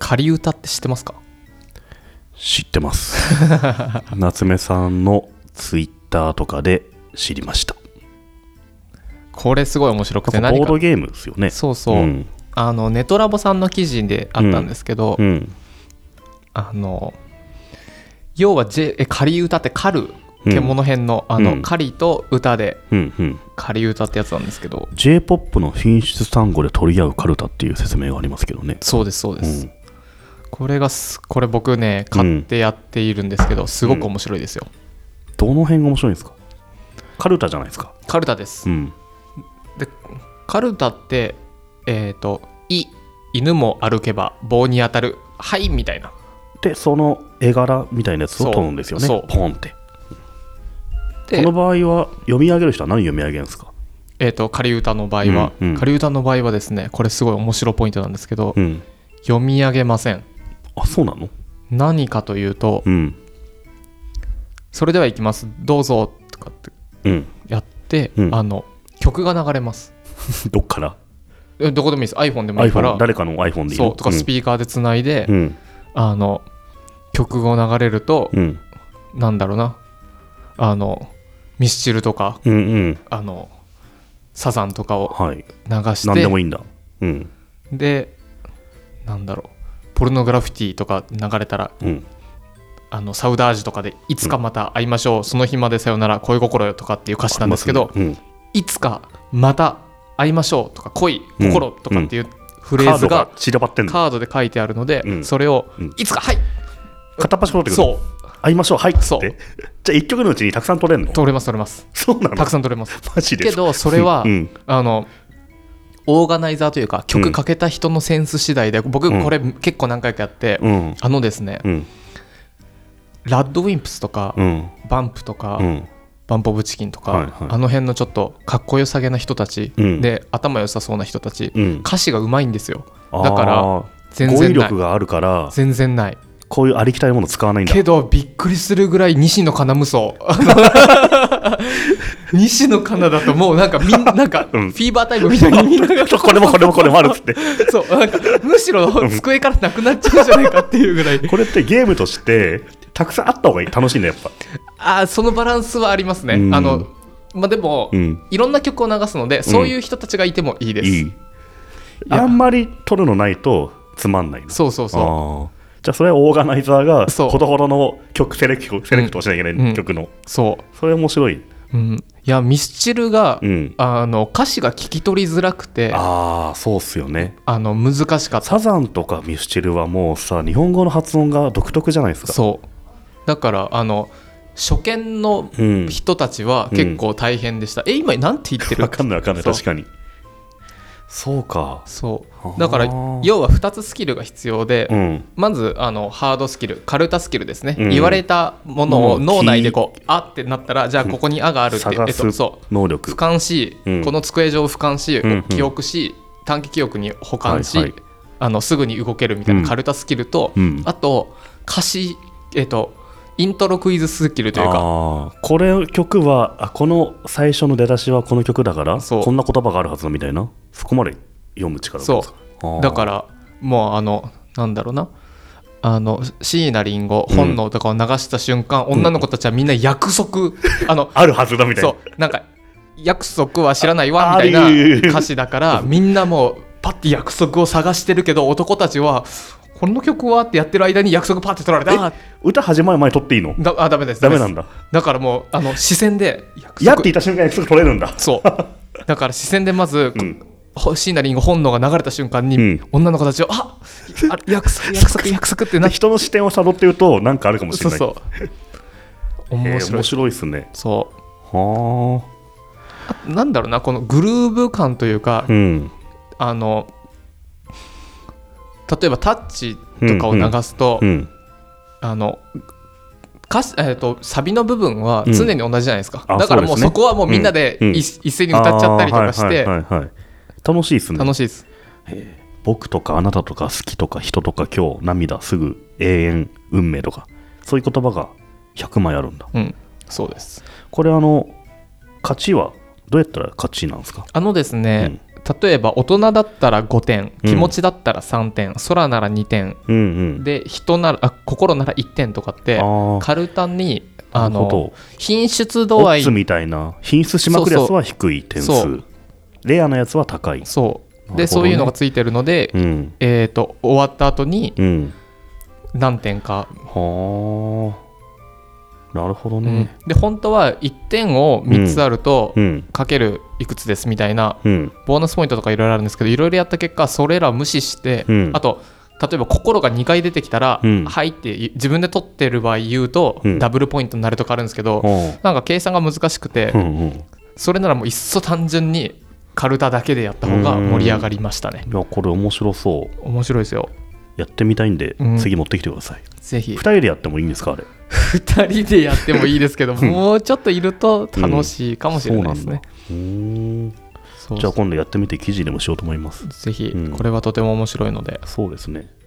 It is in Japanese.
仮歌って知ってますか？ 知ってます夏目さんのツイッターとかで知りました。 これすごい面白くて、 ボードゲームですよね。 そうそう、 うん、 ネトラボさんの記事であったんですけど、 うん、 要は、仮歌って狩る獣編の、狩りと歌で仮歌ってやつなんですけど、 J-POP の品質単語で取り合うカルタっていう説明がありますけどね。 そうですそうです、これ僕ね買ってやっているんですけど、すごく面白いですよ。 どの辺が面白いんですか？カルタじゃないですか。 カルタです、でカルタって犬も歩けば棒に当たる、はいみたいな、 でその絵柄みたいなやつを取るんですよね。ポンって。この場合は読み上げる人は何読み上げるんですか？ 仮歌の場合は、仮歌の場合はですね、これすごい面白いポイントなんですけど、読み上げません。 あ、そうなの？ 何かというと、それではいきますどうぞとかってやって、曲が流れますどっから？ どこでもいいです。 iPhone でもいいから、 誰かの iPhone でいいの？ そうとかスピーカーでつないで、曲が流れると、なんだろうな、ミスチルとか、サザンとかを流して、 何でもいいんだ。 で、なんだろう、ポルノグラフィティとか流れたら、サウダージとかでいつかまた会いましょう、その日までさよなら恋心よとかっていう歌詞なんですけど、いつかまた会いましょうとか恋心とかっていうフレーズが散らばってんの、 カードで書いてあるので、それをいつか、はい片っ端から取ってくる。そう会いましょう、はいっつって。じゃあ1曲のうちにたくさん取れるの？取れます。 そうなの？たくさん取れます。 マジで？ けどそれは、オーガナイザーというか曲かけた人のセンス次第で、僕これ結構何回かやって、ですね、ラッドウィンプスとか、バンプとか、バンプオブチキンとか、あの辺のちょっとかっこよさげな人たち、で頭良さそうな人たち、歌詞がうまいんですよ。だから全然ない、語彙力があるから全然ない。 こういうありきたりもの使わないんだけどびっくりするぐらい西野カナ無双西野カナだともうなんかフィーバータイムみたいにみんながこれもあるっつってそうなんかむしろ机からなくなっちゃうんじゃないかっていうぐらいこれってゲームとしてたくさんあった方がいい、楽しいんだやっぱ。 そのバランスはありますね。でも、いろんな曲を流すので、そういう人たちがいてもいいです。 あんまり撮るのないとつまんないの。 そうじゃあそれはオーガナイザーがほどほどの曲セレクトをしなきゃいけない、曲の。それ面白い。 いやミスチルが、歌詞が聞き取りづらくて、 そうっすよね。 難しかった。 サザンとかミスチルはもうさ、日本語の発音が独特じゃないですか。 そうだから初見の人たちは結構大変でした。今なんて言ってる？ 分かんない確かに。そうか。 そうだから要は2つスキルが必要で、まずハードスキル、カルタスキルですね、言われたものを脳内であってなったら、じゃあここにあがあるって、 探す能力、 俯瞰し、この机上を俯瞰し、記憶し、短期記憶に保管し、すぐに動けるみたいなカルタスキルと、あと歌詞、イントロクイズスキルというか、 これ曲はこの最初の出だしはこの曲だからこんな言葉があるはずだみたいな、そこまで読む力があるんですか？ だからもうなんだろうな、椎名林檎本能とかを流した瞬間、女の子たちはみんな約束あるはずだみたいな、 そうなんか約束は知らないわみたいな歌詞だからみんなもうパッて約束を探してるけど、男たちはこの曲はってやってる間に約束パッて取られて、 歌始まる前に取っていいの？ ダメです。 ダメなんだ。 だからもう視線でやっていた瞬間に約束取れるんだ。 そうだから視線でまず、椎名林檎本能が流れた瞬間に、女の子たちは約束って人の視点をたどってるとなんかあるかもしれない。面白いですね。 なんだろうな、このグルーヴ感というか、例えばタッチとかを流すと、サビの部分は常に同じじゃないですか。だからもうそこはもうみんなで一斉に歌っちゃったりとかして、 楽しいですね。 楽しいです。 僕とかあなたとか好きとか人とか今日涙すぐ永遠運命とか、そういう言葉が100枚あるんだ。 そうです。 これ勝ちはどうやったら勝ちなんですか？ ですね、 例えば大人だったら5点、気持ちだったら3点、空なら2点、で人なら心なら1点とかってカルタに品質度合いオッズみたいな品質しまくるやつは低い点数、レアなやつは高い。 そうで、そういうのがついてるので、終わった後に何点か、 なるほどね、 で本当は1点を3つあるとかけるいくつですみたいなボーナスポイントとかいろいろあるんですけど、いろいろやった結果それらを無視して、あと例えば心が2回出てきたら、はいって自分で取ってる場合言うと、ダブルポイントになるとかあるんですけど、なんか計算が難しくて、それならもういっそ単純にカルタだけでやった方が盛り上がりましたね。 いやこれ面白そう。 面白いですよ。 やってみたいんで、次持ってきてください。 ぜひ。 2人でやってもいいんですか？あれ 2人でやってもいいですけどもうちょっといると楽しいかもしれないですね。 じゃあ今度やってみて記事でもしようと思います。 ぜひ、これはとても面白いので。 そうですね。